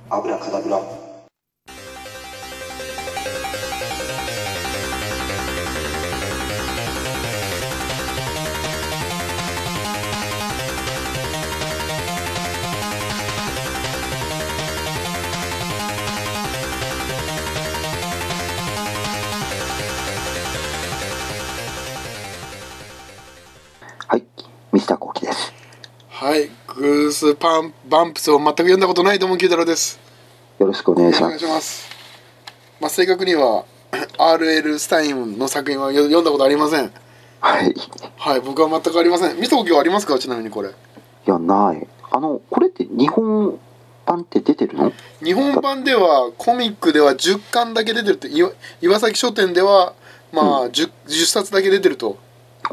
アブラカダブラ。 はい、ミスターコウキです。 はい、グースパンバンプスを全く読んだことないと思う九太郎です。 よろしくお願いしお願います。 します。正確にはR.L. スタインの作品は読んだことありません。 はい。いはい、僕は全くありません。見たことはありますか？ちなみにこれ。 や、ない。これって日本版って出てるの？ 日本版ではコミックでは10巻だけ出てるって岩崎書店では10冊だけ出てると。 うん。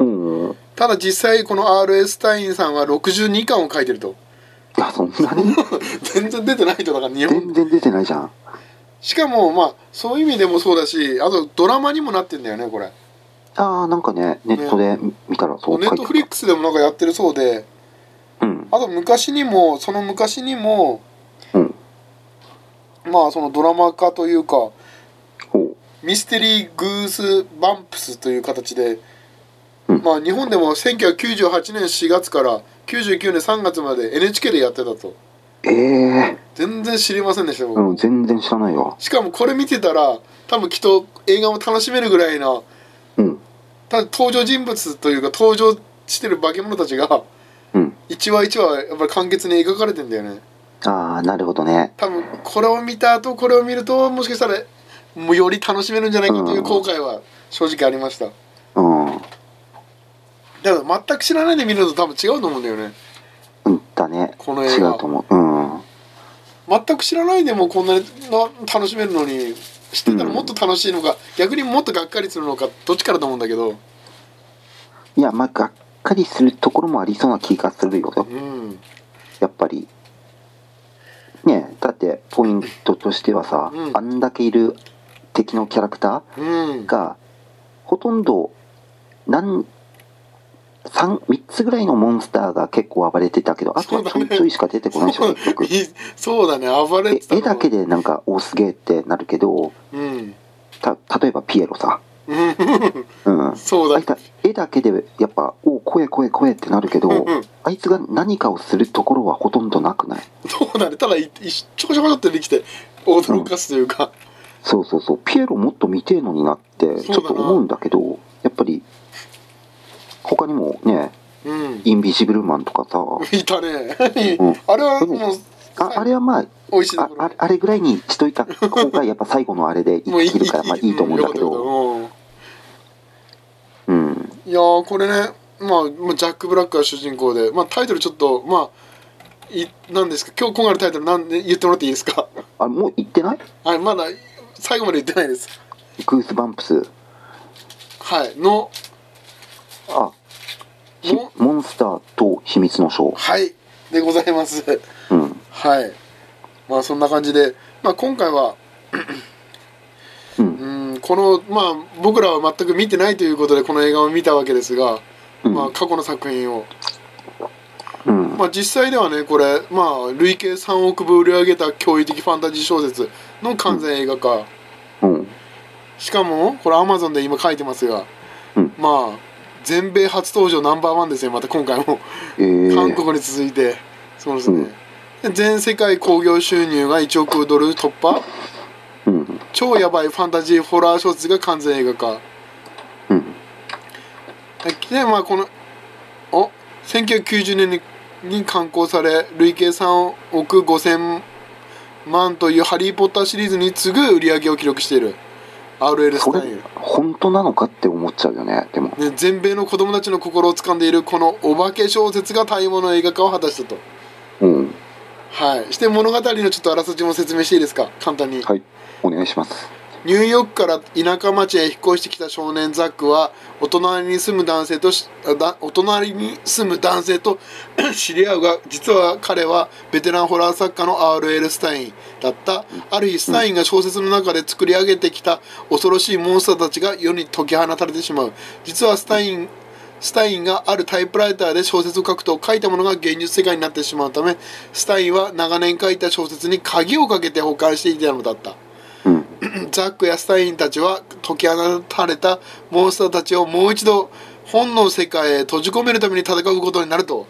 ただ実際この R.L. スタインさんは62巻を書いてると。 いや、そんなに全然出てないと。だから日本全然出てないじゃん。 しかもそういう意味でもそうだし、あとドラマにもなってんだよねこれ。 ああ、なんかね、ネットで見たらそうネット書いてた。 フリックスでもなんかやってるそうで、 うん。 あと昔にもそのうん。 そのドラマ化というかほう。 ミステリーグースバンプスという形で、 うん日本でも1998年4月から99年3月まで NHK でやってたと。全然知りませんでした僕。 うん、全然知らないわ。 しかもこれ見てたら多分きっと映画も楽しめるぐらいな、 うん。 登場人物というか登場してる化け物たちがうん。 一話一話やっぱり簡潔に描かれてんだよね。 ああ、なるほどね。 多分これを見た後これを見るともしかしたらもうより楽しめるんじゃないかという後悔は正直ありました。 うん。 だから全く知らないで見ると多分違うと思うんだよね。 うんだね。 この映画違うと思う。うん。 全く知らないでもこんなに楽しめるのに知ってたらもっと楽しいのか、逆にもっとがっかりするのかどっちからと思うんだけど。 いや、がっかりするところもありそうな気がするよ。 うん。 やっぱり。ねえ、だってポイントとしてはさ、あんだけいる敵のキャラクターが、ほとんど3つぐらいのモンスターが結構暴れてたけど、あとはちょいちょいしか出てこないでしょ、結局。 そうだね、暴れてたの。 絵だけでなんか、おすげえってなるけど、例えばピエロさ。 そうだね。 絵だけでやっぱ、怖え怖え怖えってなるけど、あいつが何かをするところはほとんどなくない？ そうだね、ただちょこちょこってできて驚かすというか、 そうそうそう、ピエロもっと見てえのになってちょっと思うんだけど、やっぱり他にもね、インビジブルマンとかさいたね。あれはもうあれは美味しいところ。 あれぐらいにしといた方がやっぱ最後のあれで生きるからいいと思うんだけど、 いやーこれね、ジャック・ブラックが主人公で、タイトルちょっと何ですか、今回のタイトル言ってもらっていいですか？ もう言ってない？ はい、まだ最後まで言ってないです。 グースバンプス、 はいモンスターと秘密の章、 はいでございます。はい、そんな感じで、今回はこの僕らは全く見てないということでこの映画を見たわけですが、過去の作品を、実際ではねこれ累計3億部売り上げた驚異的ファンタジー小説の完全映画化、しかもこれ Amazon で今書いてますが、全米初登場ナンバー1ですよ、また今回も、韓国に続いて。そうですね、全世界興行収入が1億ドル突破、超やばいファンタジーホラー小説が完全映画化、でこの1990年に刊行され累計3億5000万というハリー・ポッターシリーズに次ぐ売り上げを記録している R.L. スタイン。 本当なのかって思っちゃうよね。でもね、全米の子供たちの心を掴んでいるこのお化け小説が待望の映画化を果たしたと。はい。して物語のちょっとあらすじも説明していいですか、簡単に。 はい、お願いします。 ニューヨークから田舎町へ引っ越してきた少年ザックはお隣に住む男性と知り合うが、実は彼はベテランホラー作家の R.L. スタインだった。ある日スタインが小説の中で作り上げてきた恐ろしいモンスターたちが世に解き放たれてしまう。実はスタインスタインがあるタイプライターで小説を書くと書いたものが現実世界になってしまうため、スタインは長年書いた小説に鍵をかけて保管していたのだった。ザックやスタインたちは解き放たれたモンスターたちをもう一度本の世界へ閉じ込めるために戦うことになると、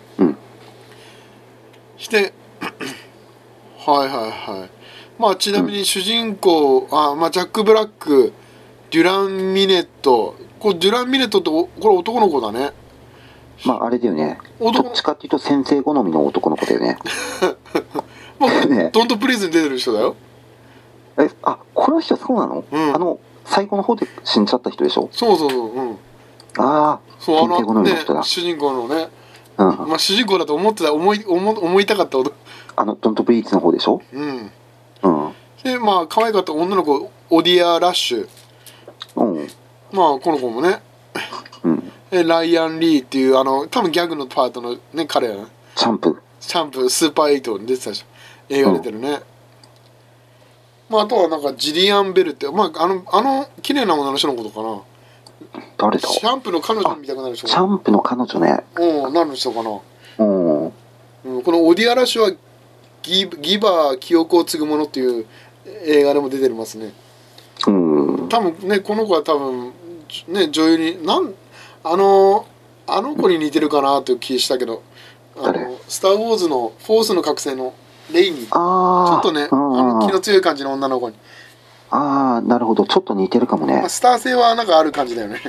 してはいはいはい。まあちなみに主人公、ジャック・ブラック、デュラン・ミネット、これデュラン・ミネットってこれ男の子だね。 まああれだよね、どっちかっていうと先生好みの男の子だよね。 まあね、ドントプリーズに出てる人だよ。 この人そうなの？最後の方で死んじゃった人でしょ？ そうそうそう、 先生好みの人だ。 主人公のね、まあ主人公だと思いたかったドントプリーズの方でしょ？でまあ可愛かった女の子オディア・ラッシュ、まあこの子もね、ライアン・リーっていう多分ギャグのパートのね彼やな。 チャンプスーパーエイトに出てたでしょ、映画出てるね。まああとはなんかジリアン・ベルって、まあ綺麗な女の人のことかな。 誰だ？ シャンプの彼女みたいになる人。 シャンプの彼女ね。 なる人かな。このオディア・ラッシュはギバー記憶を継ぐものっていう映画でも出てますね。多分ね、この子は多分ね、女優にあの子に似てるかなという気したけど、スター・ウォーズのフォースの覚醒のレイにちょっとね、気の強い感じの女の子に。 なるほど、ちょっと似てるかもね。 スター性はなんかある感じだよね。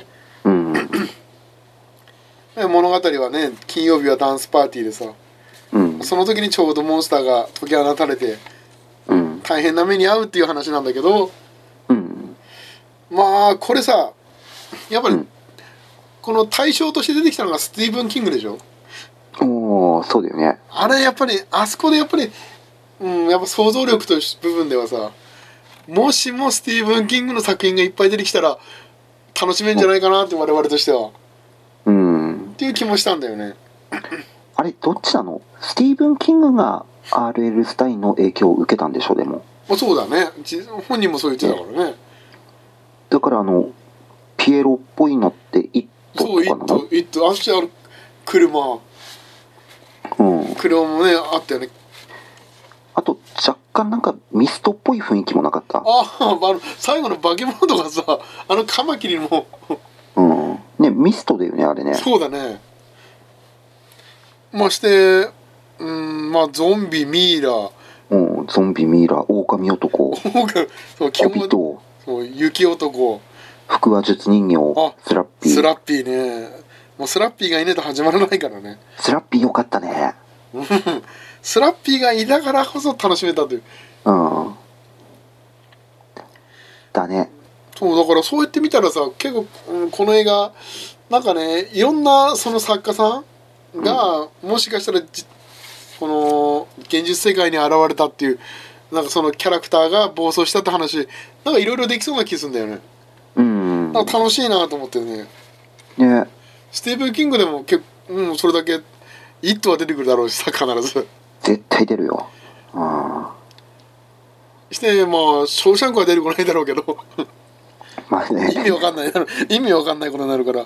物語はね、金曜日はダンスパーティーでさ、その時にちょうどモンスターが解き放たれて、大変な目に遭うっていう話なんだけど、まあこれさ、やっぱり、この対象として出てきたのがスティーブン・キングでしょ。 そうだよね。 あれやっぱりあそこでやっぱり、やっぱ想像力という部分ではさ、もしもスティーブン・キングの作品がいっぱい出てきたら楽しめるんじゃないかなって、我々としてはっていう気もしたんだよね。 あれどっちなの？スティーブン・キングが R.L. スタインの影響を受けたんでしょ。でもそうだね、本人もそう言ってたからね。 だからピエロっぽいのってイットとかなの？ そう、イットあっちある車もねあったよね。 あと若干なんかミストっぽい雰囲気もなかった？ 最後の化け物とかさ、カマキリもね、ミストだよねあれね。 そうだね。ましてまあゾンビミイラ、 ゾンビミイラ、狼男、 そう小人、 そう雪男、 腹話術人形、スラッピーね。もうスラッピーがいねえと始まらないからね。 スラッピーよかったね。 スラッピーがいながらこそ楽しめたという。 だね。 そうだからそうやって見たらさ、結構、この映画なんかね、いろんなその作家さんが、もしかしたらこの現実世界に現れたっていう、なんかそのキャラクターが暴走したって話、なんかいろいろできそうな気するんだよね。なんか楽しいなと思ってね。スティーブン・キングでもそれだけ「イット!」は出てくるだろうしさ、必ず絶対出るよ。 してまあショーシャンクは出てこないだろうけどまあね、 意味わかんないことになるから。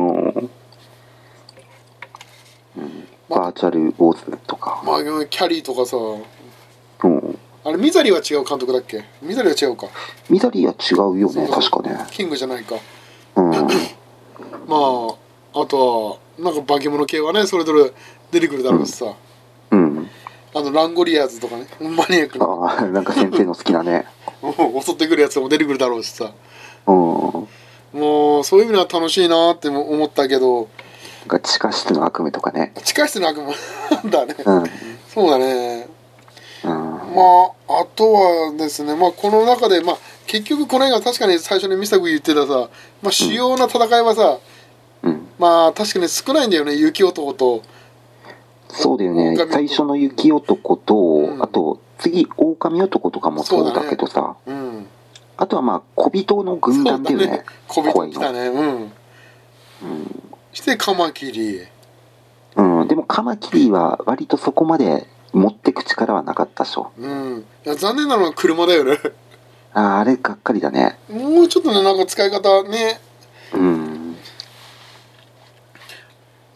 バーチャルウォーズとか、 まあキャリーとかさ、あれミザリーは違う監督だっけ？ミザリーは違うか。 ミザリーは違うよね、確かね。 キングじゃないか。まああとはなんか化け物系はね、それぞれ出てくるだろうしさ、ランゴリアーズとかね、マニアックな、 なんか先生の好きなね襲ってくるやつも出てくるだろうしさ、もうそういう意味では楽しいなって思ったけど、 なんか地下室の悪夢とかね。 地下室の悪夢だね、そうだね。まああとはですね、まあこの中で結局この映画確かに最初にミスタ君言ってたさ、主要な戦いはさ、まあ確かに少ないんだよね、雪男と。 そうだよね、最初の雪男と、あと次狼男とかもそうだけどさ、あとはまあ小人の軍団だよね。 小人来たね。してカマキリ。 でもカマキリは割とそこまで持ってく力はなかったでしょ。 いや残念なのは車だよね。 あれがっかりだね。 もうちょっとね、なんか使い方ね。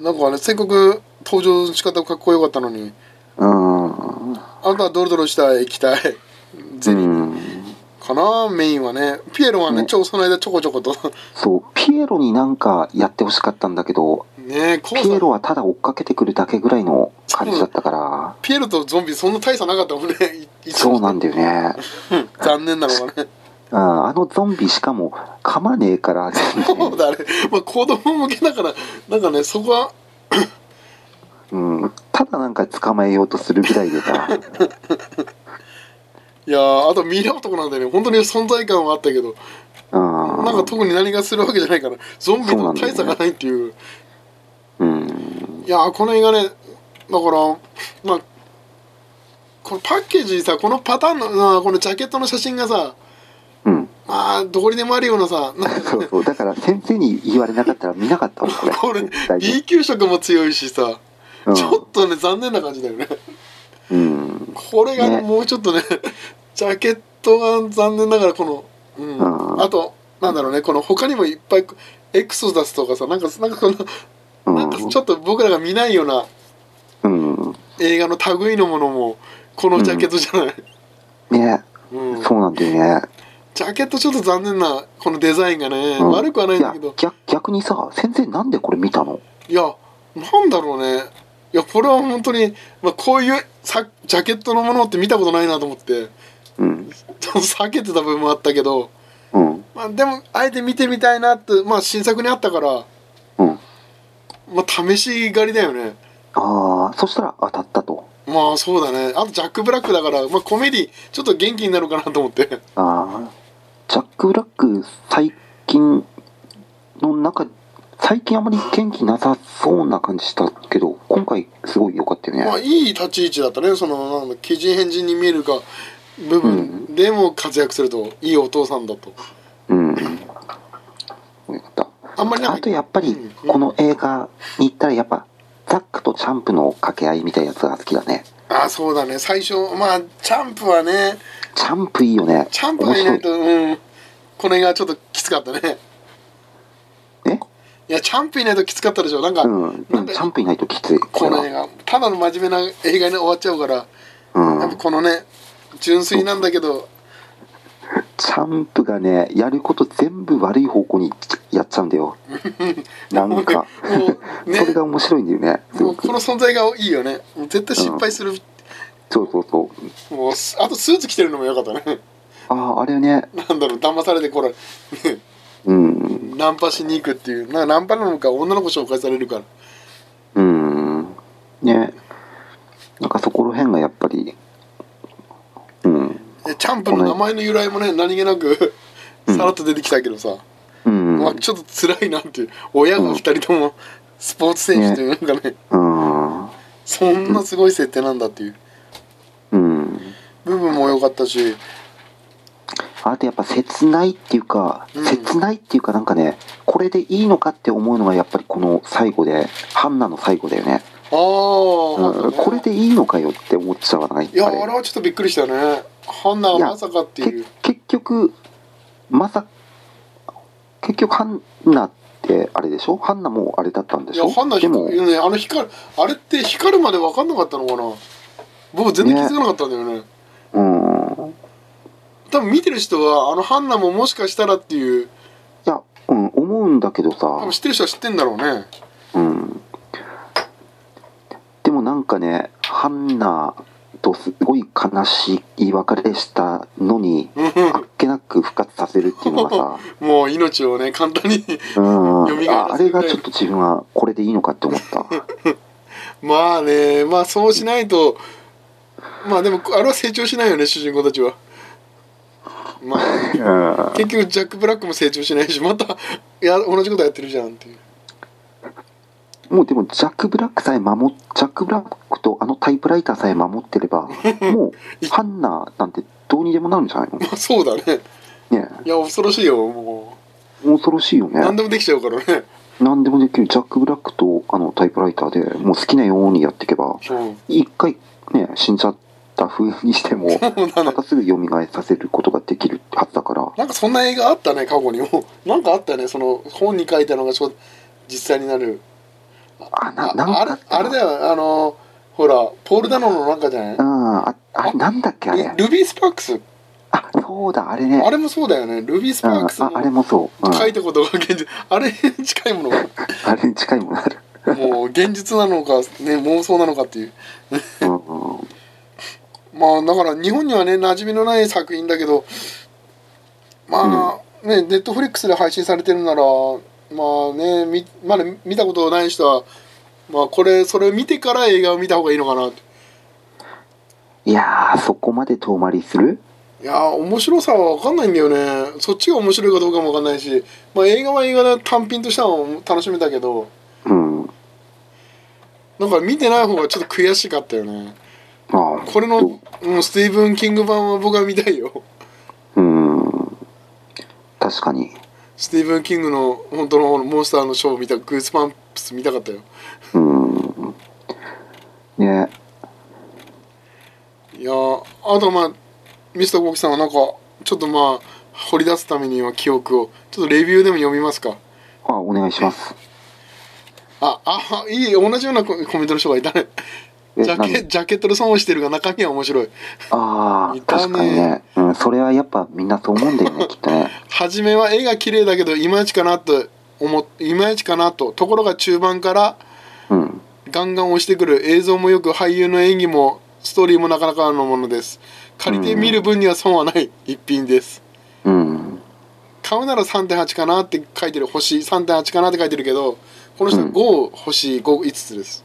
なんかね、せっかく登場の仕方かっこよかったのに、あとはドロドロした液体ゼリーかな、メインはね。ピエロはね、その間ちょこちょことそう、ピエロになんかやってほしかったんだけど、 ね、 ピエロはただ追っかけてくるだけぐらいの感じだったから。 ピエロとゾンビそんな大差なかったもんね。 そうなんだよね。 残念なのがね。 あのゾンビしかも噛まねえから。 そうだね。まあ子供向けだから、なんかね、そこはただなんか捕まえようとするぐらいでさ。 いやー、あとミイラ男なんだよね。本当に存在感はあったけど、なんか特に何がするわけじゃないから、ゾンビと大差がないっていう。いやー、この映画ね、だからまあこのパッケージさ、このパターンのこのジャケットの写真がさ、まあどこにでもあるようなさ、 そうそう、だから先生に言われなかったら見なかったもんこれ B 級色も強いしさ、ちょっとね残念な感じだよね。これがね、もうちょっとね、ジャケットが残念ながらこの、あとなんだろうね、この他にもいっぱいエクソダスとかさ、なんかこのなんかちょっと僕らが見ないような映画の類のものもこのジャケットじゃない。 ね、そうなんだよね。 ジャケットちょっと残念なこのデザインがね、悪くはないんだけど。 逆にさ、先生なんでこれ見たの？ いや、なんだろうね。いや、これは本当に、まあ、こういうジャケットのものって見たことないなと思って、ちょっと避けてた部分もあったけど、まあ、でもあえて見てみたいなって、まあ新作にあったから、まあ試し狩りだよね。 ああ、そしたら当たったと。 まあそうだね。あとジャック・ブラックだから、まあコメディちょっと元気になるかなと思って。 ジャック・ブラック最近の中、最近あまり元気なさそうな感じしたけど、今回すごい良かったよね。 まあいい立ち位置だったね。そのなんだ、奇人変人に見えるか部分でも活躍するといいお父さんだと。 よかった。 あんまりあとやっぱりこの映画に行ったらやっぱザックとチャンプの掛け合いみたいなやつが好きだね。 ああそうだね。最初まあチャンプはね。 チャンプいいよね。 チャンプがいないとこの映画ちょっときつかったね。いやチャンプいないときつかったでしょ。なんか、チャンプいないときつい。 この映画ただの真面目な映画に終わっちゃうから、やっぱこのね純粋なんだけど、 チャンプがねやること全部悪い方向にやっちゃうんだよ。なんかそれが面白いんだよね。 この存在がいいよね。絶対失敗する。 そうそうそう。もうあとスーツ着てるのもよかったね。 あれね。 なんだろう、騙されてこれナンパしに行くっていう、ナンパなのか女の子紹介されるから。 ね、なんかそこら辺がやっぱりチャンプの名前の由来もね何気なくさらっと出てきたけどさ、まあちょっと辛いなっていう、親が2人ともスポーツ選手というなんかね、そんなすごい設定なんだっていう部分も良かったし、 あとやっぱ切ないっていうか、なんかね、これでいいのかって思うのがやっぱりこの最後で、ハンナの最後だよね。これでいいのかよって思っちゃわない？ いや、あれはちょっとびっくりしたよね。ハンナはまさかっていう。 結局ハンナってあれでしょ？ハンナもあれだったんでしょ？ いや、ハンナでもね、あれって光るまで分かんなかったのかな。僕全然気づかなかったんだよね。多分見てる人はハンナももしかしたらっていう。 いや、思うんだけどさ。多分知ってる人は知ってんだろうね。 でもなんかね、ハンナとすごい悲しい別れしたのにあっけなく復活させるっていうのがさもう命をね簡単に蘇らせる。 あれがちょっと自分はこれでいいのかって思ったまあね、まあそうしないと、まあでもあれは成長しないよね、主人公たちは。まあ結局ジャック・ブラックも成長しないし、また同じことやってるじゃんっていう。 もうでもジャック・ブラックとあのタイプライターさえ守ってればもうハンナなんてどうにでもなるんじゃないの？ まあそうだね。いや恐ろしいよ、もう恐ろしいよね。 何でもできちゃうからね。 何でもできる。ジャック・ブラックとあのタイプライターでもう好きなようにやっていけば、一回ね死んじゃった風にしてもまたすぐ蘇させることができるはずだから。 なんかそんな映画あったね、過去にも。なんかあったね、その本に書いたのが実際になる。 あれだよ、ほらポール・ダノンのなんかじゃない？ なんだっけあれ。 ルビー・スパークス。 そうだ、あれね。 あれもそうだよね。ルビー・スパークスのあれもそう。 書いたことが現実。あれに近いものが。 あれに近いものある。 もう現実なのか、ね、妄想なのかっていう。まあだから日本にはね馴染みのない作品だけど、まあねネットフリックスで配信されてるなら、まあねまだ見たことない人は、まあそれを見てから映画を見た方がいいのかなって。 いやー、そこまで遠回りする？ いやー、面白さは分かんないんだよね。そっちが面白いかどうかも分かんないし、まあ映画は映画で単品としては楽しめたけど、なんか見てない方がちょっと悔しかったよね。これのスティーブン・キング版は僕は見たいよ。 確かに。 スティーブン・キングの本当のモンスターのショーを見た、グースパンプス見たかったよ。 ね。 いやあとまあミスターコウキさんはなんかちょっとまあ掘り出すためには記憶をちょっとレビューでも読みますか？ お願いします。 いい、同じようなコメントの人がいたね。ジャケットで損をしてるが中身は面白い。 確かにね。それはやっぱみんなそう思うんだよねきっとね。 初めは絵が綺麗だけどいまいちかなとところが中盤から、ガンガン押してくる。映像もよく俳優の演技もストーリーもなかなかのものです。借りて見る分には損はない一品です。買うなら 3.8 かなって書いてる、星 3.8 かなって書いてるけど、この人は5、星5つです。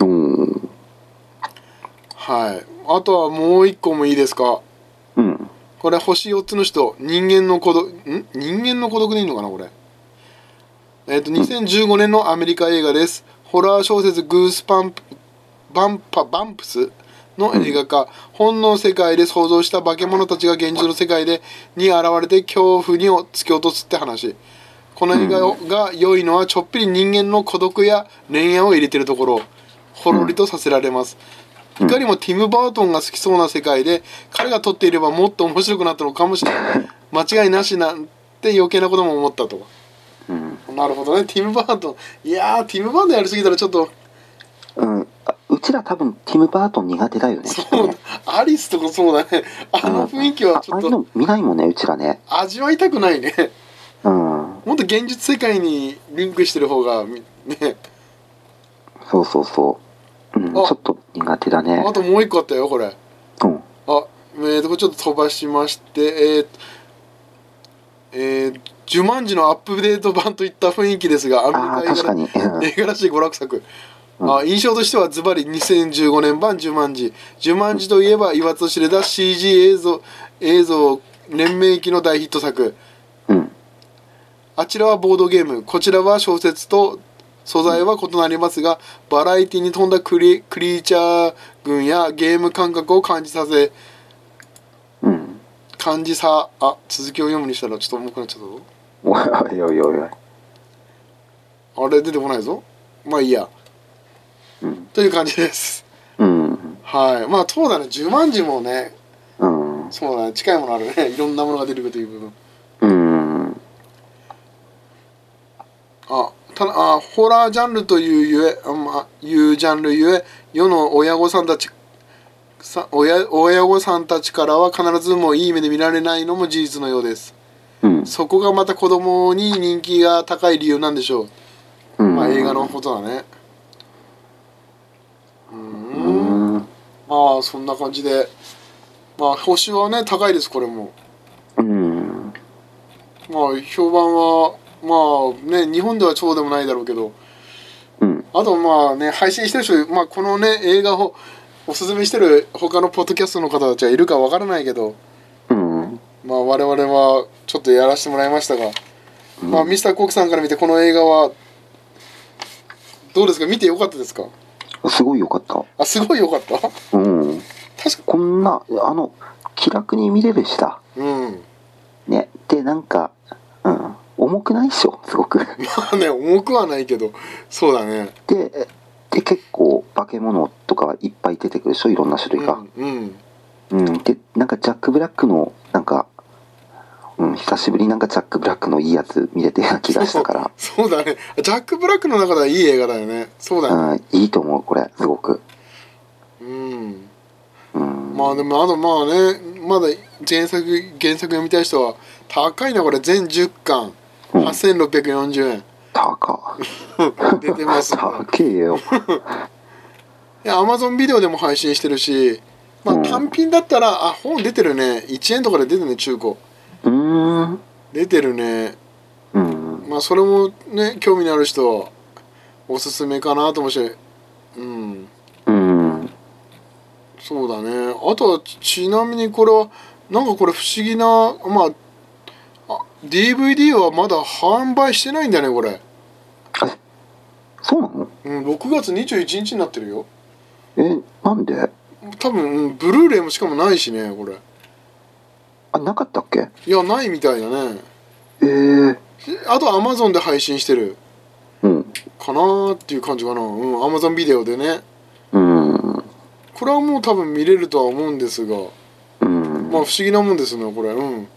はい。あとはもう一個もいいですか？これ星4つの人、人間の孤独でいいのかなこれ。2015年のアメリカ映画です。ホラー小説グースバンプスの映画化。本の世界で想像した化け物たちが現実の世界に現れて恐怖に突き落とすって話。この映画が良いのはちょっぴり人間の孤独や恋愛を入れてるところ、ほろりとさせられます。いかにもティム・バートンが好きそうな世界で、彼が撮っていればもっと面白くなったのかもしれない。間違いなしなんて余計なことも思ったと。なるほどね。ティム・バートン、いやーティム・バートンやりすぎたらちょっと、 うちら多分ティム・バートン苦手だよね。 そう、アリスとかそうだね。あの雰囲気はちょっと、 ああいうの見ないもんねうちらね。 味わいたくないね。もっと現実世界にリンクしてる方がね。 そう、ちょっと苦手だね。 あともう一個あったよこれ。これちょっと飛ばしまして、ジュマンジのアップデート版といった雰囲気ですが、アメリカ映画らしい娯楽作。印象としてはズバリ2015年版ジュマンジ。ジュマンジといえば言わずと知れた CG 映像連盟期の大ヒット作。あちらはボードゲーム、こちらは小説と素材は異なりますが、バラエティに富んだクリーチャー群やゲーム感覚を感じさ、続きを読むにしたらちょっと重くなっちゃったぞ。あれ出てこないぞ。まあいいや。という感じです。はい。まあそうだね、ジュマンジもね、そうだね、近いものあるね。いろんなものが出てくるという部分。ホラージャンルというジャンルゆえ、世の親御さんたちからは必ずもいい目で見られないのも事実のようです。そこがまた子供に人気が高い理由なんでしょう。まあ映画のことだね。まあそんな感じで、まあ星はね高いですこれも。まあ評判はまあね日本ではそうでもないだろうけど、あとまあね配信してる人、まあこのね映画をおすすめしてる他のポッドキャストの方たちはいるかわからないけど、まあ我々はちょっとやらせてもらいましたが、まあミスターコークさんから見てこの映画はどうですか？見てよかったですか？ すごいよかった。 すごいよかった。確かこんな気楽に見れるしさ。ね、でなんか、重くないっしょすごく。まあね重くはないけど、そうだね。 で結構化け物とかいっぱい出てくるでしょ、いろんな種類が。でなんかジャック・ブラックのなんか、 うん、久しぶりになんかジャック・ブラックのいいやつ見れてるような気がしたから。 そうだね。ジャック・ブラックの中ではいい映画だよね。そうだよね。 いいと思う、これ、すごく。 まあでも、あとまあね、まだ原作読みたい人は、高いな、これ、全10巻。8640円。 高出てます、ね。 高えよ。 いや、Amazon ビデオでも配信してるし、まあ単品だったら、本出てるね。1円とかで出てるね、中古。出てるね。まあそれもね、興味のある人はおすすめかなと思うし、そうだね。あとはちなみにこれはなんかこれ不思議な、まあDVD はまだ販売してないんだね、これ。 そうなの ？6月21日になってるよ。 なんで？ 多分、ブルーレイもしかもないしね、これ。 なかったっけ？ いや、ないみたいだね。あとは Amazon で配信してるかなーっていう感じかな。Amazon ビデオでね。これはもう多分見れるとは思うんですが、まあ不思議なもんですね、これ。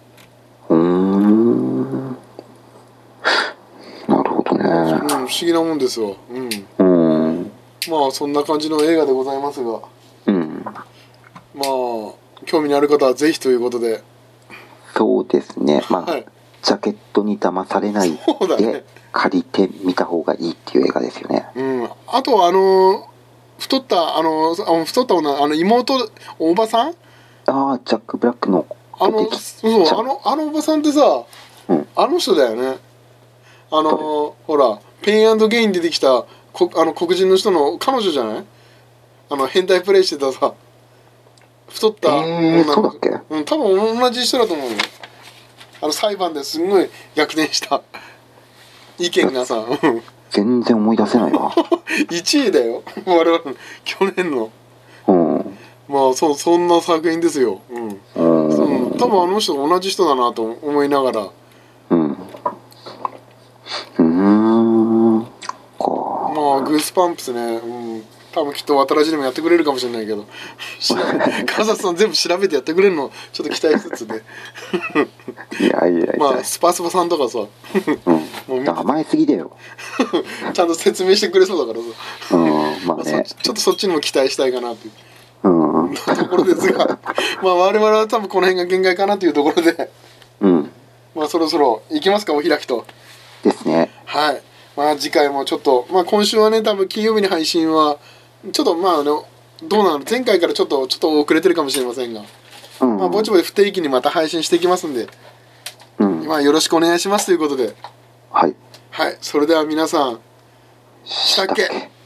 なるほどね。 不思議なもんですわ。まあそんな感じの映画でございますが、まあ興味のある方はぜひということで。 そうですね。まあ、ジャケットに騙されないで借りてみた方がいいっていう映画ですよね。 あと太った女、妹、おばさん？ ジャック・ブラックのあのおばさんってさ、あの人だよね。ほら、ペイン&ゲイン出てきた黒人の人の彼女じゃない？変態プレイしてたさ、太った女の子。 そうだっけ？ 多分同じ人だと思うよ。裁判ですんごい逆転した意見がさ。 全然思い出せないわ。 1位だよ、我々去年の。まあそんな作品ですよ。多分あの人同じ人だなと思いながら。まあグースパンプスね。多分きっと渡らじでもやってくれるかもしれないけど、川里さん全部調べてやってくれるのちょっと期待しつつね。 いやまあスパスパさんとかさ、 もう甘えすぎだよ。 ちゃんと説明してくれそうだからさ、 まあね、 ちょっとそっちにも期待したいかなっていうところですが、まあ我々は多分この辺が限界かなというところで、まあそろそろ行きますか、お開きと。 ですね。 はい。まあ次回もちょっと、まあ今週はね、多分金曜日に配信はちょっとまあどうなの、前回からちょっと遅れてるかもしれませんが、まあぼちぼち不定期にまた配信していきますんで、まあよろしくお願いしますということで、はい、それでは皆さん、したっけ。